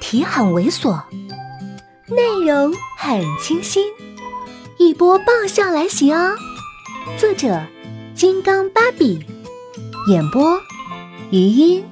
题很猥琐，内容很清新，一波爆笑来袭哦！作者金刚芭比，演播余音。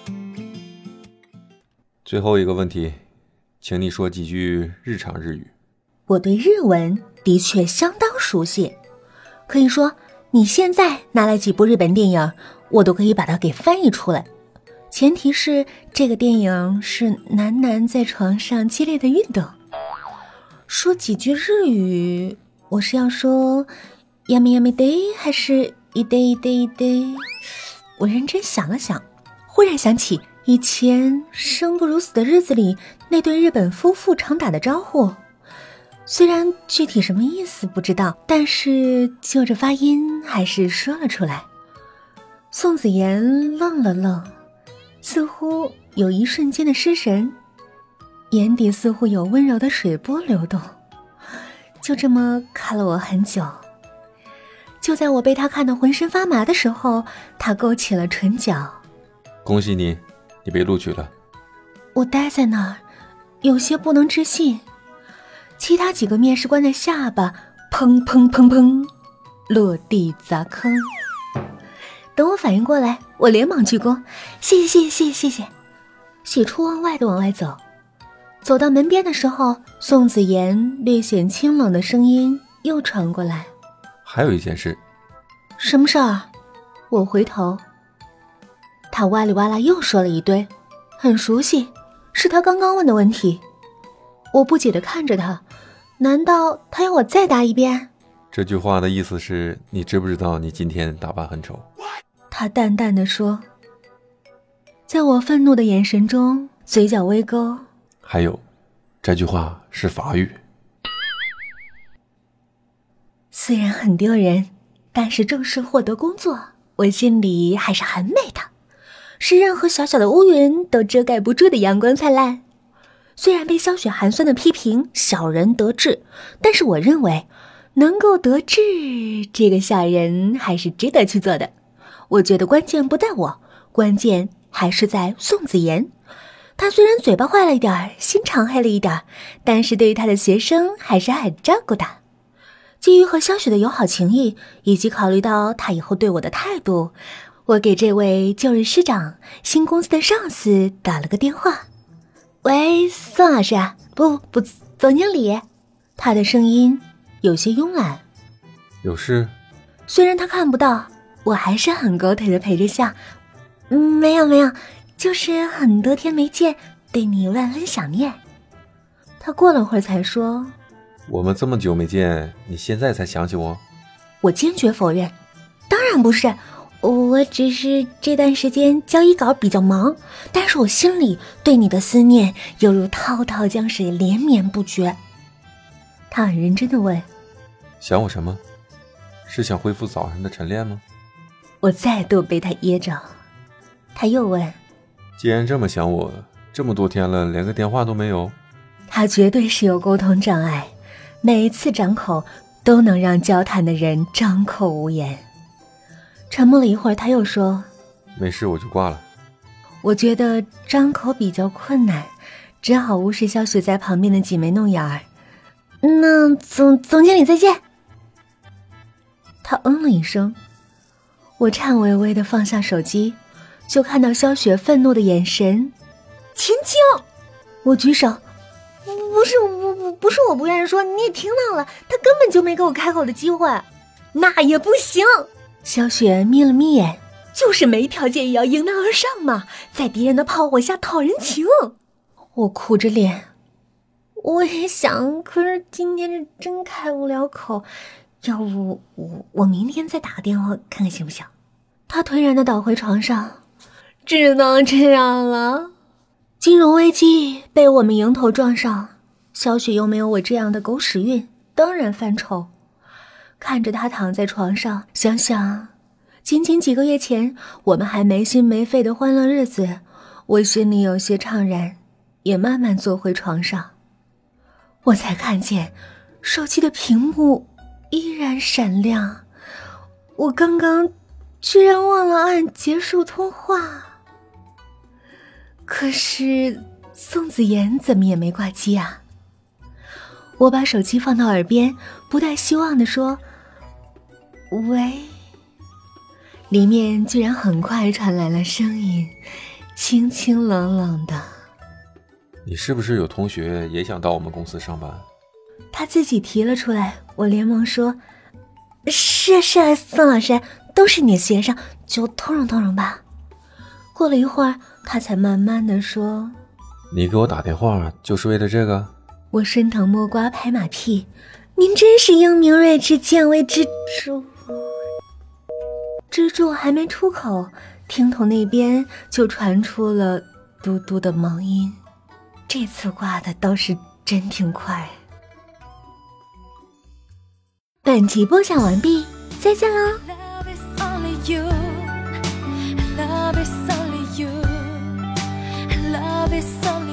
最后一个问题，请你说几句日常日语。 我对日文的确相当熟悉，可以说你现在拿来几部日本电影，我都可以把它给翻译出来。前提是这个电影是男在床上激烈的运动。说几句日语，我是要说 yami yami day 还是 ide ide ide？ 我认真想了想，忽然想起以前生不如死的日子里那对日本夫妇常打的招呼，虽然具体什么意思不知道，但是就着发音还是说了出来。宋子妍愣了愣，似乎有一瞬间的失神，眼底似乎有温柔的水波流动，就这么看了我很久。就在我被他看得浑身发麻的时候，他勾起了唇角。 恭喜你，你被录取了。 我呆在那儿，有些不能置信。其他几个面试官的下巴砰砰砰砰落地砸坑。等我反应过来，我连忙鞠躬，谢谢。喜出望外的往外走。走到门边的时候，宋子妍略显清冷的声音又传过来。 还有一件事。 什么事儿？我回头，他哇里哇啦又说了一堆，很熟悉，是他刚刚问的问题。我不解地看着他，难道他要我再答一遍？ 这句话的意思是，你知不知道你今天打扮很丑？ 他淡淡地说。在我愤怒的眼神中，嘴角微勾。 还有，这句话是法语。 虽然很丢人，但是正式获得工作，我心里还是很美的，是任何小小的乌云都遮盖不住的阳光灿烂。虽然被萧雪寒酸的批评小人得志，但是我认为能够得志这个小人还是值得去做的。我觉得关键不在我，关键还是在宋子妍。他虽然嘴巴坏了一点，心肠黑了一点，但是对于他的学生还是很照顾的。基于和萧雪的友好情谊，以及考虑到他以后对我的态度，我给这位旧日师长、新公司的上司打了个电话。喂，宋老师，不，总经理。他的声音有些慵懒。 有事？ 虽然他看不到，我还是很狗腿的陪着笑。没有，就是很多天没见，对你万分想念。他过了会儿才说， 我们这么久没见，你现在才想起我？ 我坚决否认，当然不是，我只是这段时间交易稿比较忙，但是我心里对你的思念犹如滔滔江水连绵不绝。他很认真地问， 想我什么？是想恢复早上的晨练吗？ 我再度被他噎着。他又问， 既然这么想我，这么多天了，连个电话都没有？ 他绝对是有沟通障碍，每一次张口都能让交谈的人张口无言。沉默了一会儿，他又说， 没事，我就挂了。 我觉得张口比较困难，只好无视萧雪在旁边的挤眉弄眼儿。那总经理再见。他了一声，我颤巍巍地放下手机，就看到萧雪愤怒的眼神。秦青，我举手，不是我不愿意说，你也听到了，他根本就没给我开口的机会。那也不行。萧雪眯了眯眼，就是没条件也要迎难而上嘛，在敌人的炮火下讨人情。我苦着脸，我也想，可是今天是真开不了口，要不我明天再打个电话看看行不行？他颓然地倒回床上，只能这样了。金融危机被我们迎头撞上，萧雪又没有我这样的狗屎运，当然犯愁。看着他躺在床上，想想仅仅几个月前我们还没心没肺的欢乐日子，我心里有些怅然，也慢慢坐回床上。我才看见手机的屏幕依然闪亮，我刚刚居然忘了按结束通话。可是宋子妍怎么也没挂机啊？我把手机放到耳边，不带希望地说：“喂。”里面居然很快传来了声音，清清冷冷的：“ 你是不是有同学也想到我们公司上班？” 他自己提了出来，我连忙说：“是啊，宋老师，都是你的学生，就通融通融吧。”过了一会儿，他才慢慢地说：“ 你给我打电话就是为了这个？” 我顺藤摸瓜拍马屁：“您真是英明睿智，见微知著。”支柱还没出口，听筒那边就传出了嘟嘟的忙音，这次挂的倒是真挺快。本集播讲完毕，再见喽。Love is only you.